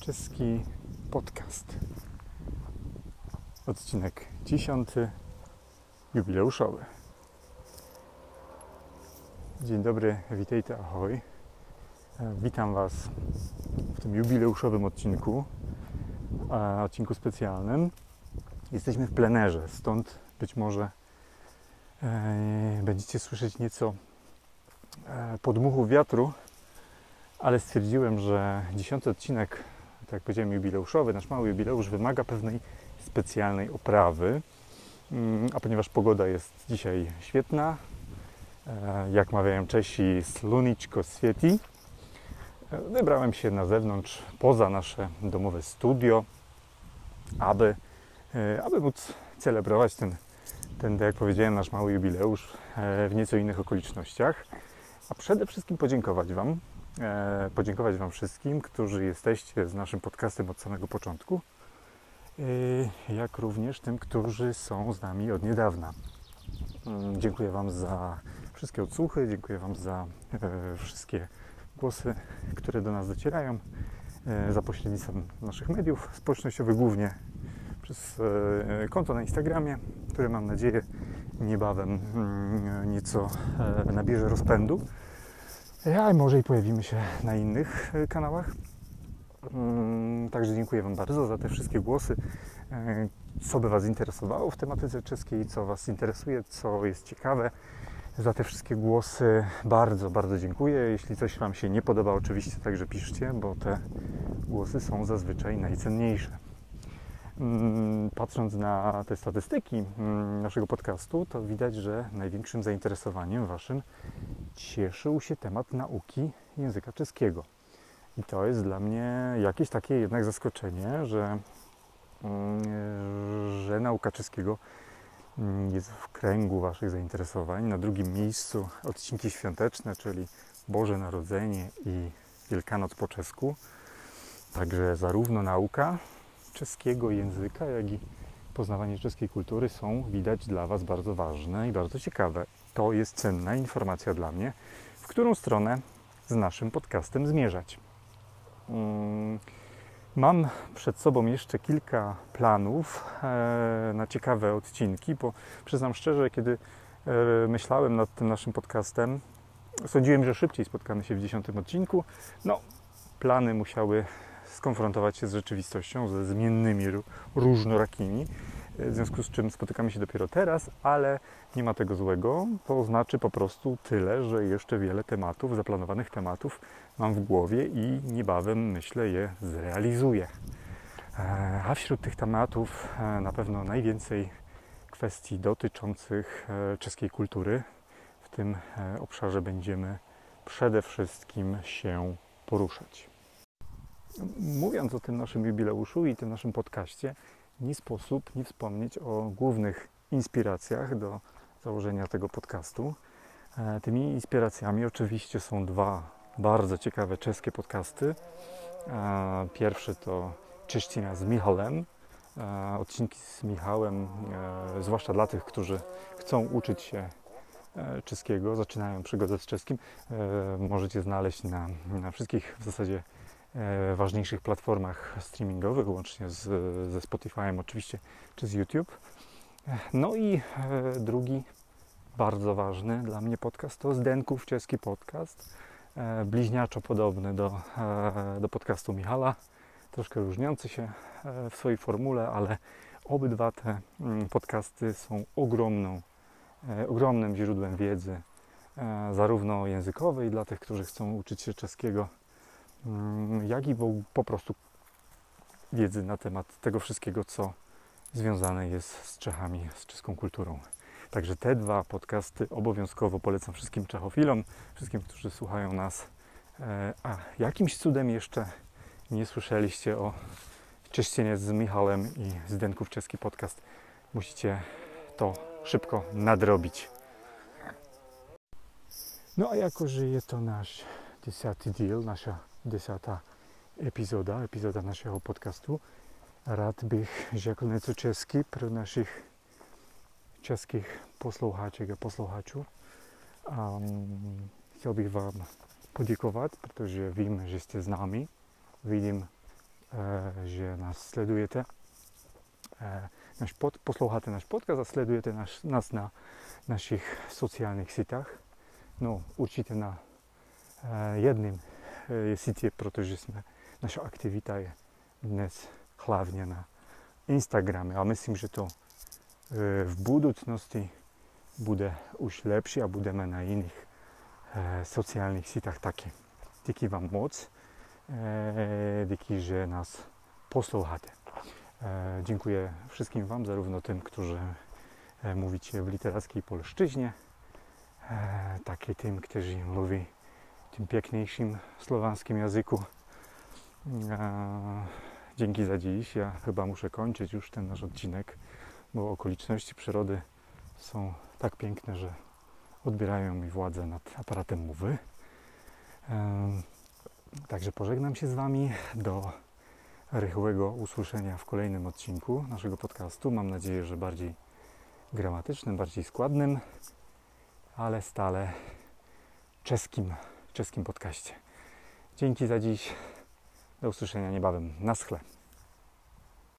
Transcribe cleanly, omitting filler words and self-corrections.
czeski podcast. Odcinek 10, jubileuszowy. Dzień dobry, witajcie, ahoj. Witam Was w tym jubileuszowym odcinku specjalnym. Jesteśmy w plenerze, stąd być może będziecie słyszeć nieco podmuchów wiatru, ale stwierdziłem, że 10 odcinek, tak jak powiedziałem, jubileuszowy, nasz mały jubileusz wymaga pewnej specjalnej oprawy, a ponieważ pogoda jest dzisiaj świetna, jak mawiają Czesi, sluniczko swieti, wybrałem się na zewnątrz, poza nasze domowe studio, aby móc celebrować ten, tak jak powiedziałem, nasz mały jubileusz w nieco innych okolicznościach, a przede wszystkim podziękować Wam wszystkim, którzy jesteście z naszym podcastem od samego początku, jak również tym, którzy są z nami od niedawna. Dziękuję Wam za wszystkie odsłuchy, dziękuję Wam za wszystkie głosy, które do nas docierają za pośrednictwem naszych mediów społecznościowych, głównie przez konto na Instagramie, które mam nadzieję niebawem nieco nabierze rozpędu. A może i pojawimy się na innych kanałach. Także dziękuję Wam bardzo za te wszystkie głosy, co by Was interesowało w tematyce czeskiej, co Was interesuje, co jest ciekawe. Za te wszystkie głosy bardzo, bardzo dziękuję. Jeśli coś Wam się nie podoba, oczywiście także piszcie, bo te głosy są zazwyczaj najcenniejsze. Patrząc na te statystyki naszego podcastu, to widać, że największym zainteresowaniem Waszym cieszył się temat nauki języka czeskiego. I to jest dla mnie jakieś takie jednak zaskoczenie, że nauka czeskiego jest w kręgu Waszych zainteresowań. Na drugim miejscu odcinki świąteczne, czyli Boże Narodzenie i Wielkanoc po czesku. Także zarówno nauka czeskiego języka, jak i poznawanie czeskiej kultury są, widać, dla Was bardzo ważne i bardzo ciekawe. To jest cenna informacja dla mnie, w którą stronę z naszym podcastem zmierzać. Mam przed sobą jeszcze kilka planów na ciekawe odcinki, bo przyznam szczerze, kiedy myślałem nad tym naszym podcastem, sądziłem, że szybciej spotkamy się w 10 odcinku. Plany musiały skonfrontować się z rzeczywistością, ze zmiennymi, różnorakimi, w związku z czym spotykamy się dopiero teraz, ale nie ma tego złego, to znaczy po prostu tyle, że jeszcze wiele tematów, zaplanowanych tematów mam w głowie i niebawem, myślę, je zrealizuję. A wśród tych tematów na pewno najwięcej kwestii dotyczących czeskiej kultury. W tym obszarze będziemy przede wszystkim się poruszać. Mówiąc o tym naszym jubileuszu i tym naszym podcaście, nie sposób nie wspomnieć o głównych inspiracjach do założenia tego podcastu. Tymi inspiracjami oczywiście są dwa bardzo ciekawe czeskie podcasty. Pierwszy to Czeszcina z Michałem. Odcinki z Michałem, zwłaszcza dla tych, którzy chcą uczyć się czeskiego, zaczynają przygodę z czeskim. Możecie znaleźć na wszystkich w zasadzie ważniejszych platformach streamingowych, łącznie ze Spotify'em oczywiście, czy z YouTube. No i drugi bardzo ważny dla mnie podcast to Zdenków czeski podcast, bliźniaczo podobny do podcastu Michala, troszkę różniący się w swojej formule, ale obydwa te podcasty są ogromnym źródłem wiedzy, zarówno językowej dla tych, którzy chcą uczyć się czeskiego, jak i po prostu wiedzy na temat tego wszystkiego, co związane jest z Czechami, z czeską kulturą. Także te dwa podcasty obowiązkowo polecam wszystkim czechofilom, wszystkim, którzy słuchają nas. A jakimś cudem jeszcze nie słyszeliście o Czeszcinie z Michałem i Zdenków czeski podcast, musicie to szybko nadrobić. No a jako, że jest to nasz 10. dzień, nasza 10. epizoda naszego podcastu, rád bych řekl něco česky pro našich českých posluchaček a posluchačů. Chtěl bych vám poděkovat, protože vím, že jste s námi. Vidím že nás sledujete, posloucháte náš podcast a sledujete nás na našich sociálnych sítach. No, určite na jedným je sítě, protože naša aktivita je dnes hlavne na Instagrame, ale myslím, že to v budúcnosti bude už lepšie a budeme na iných sociálnych sítach taky. Díky vám moc, díky, że nas posłuchacie. Dziękuję wszystkim wam, zarówno tym, którzy mówicie w literackiej polszczyźnie, tak i tym, którzy mówi tym piękniejszym słowańskim języku. Dzięki za dziś. Ja chyba muszę kończyć już ten nasz odcinek, bo okoliczności przyrody są tak piękne, że odbierają mi władzę nad aparatem mowy. Także pożegnam się z wami do rychłego usłyszenia w kolejnym odcinku naszego podcastu. Mam nadzieję, że bardziej gramatycznym, bardziej składnym, ale stale czeskim podcaście. Dzięki za dziś. Do usłyszenia niebawem. Na schle.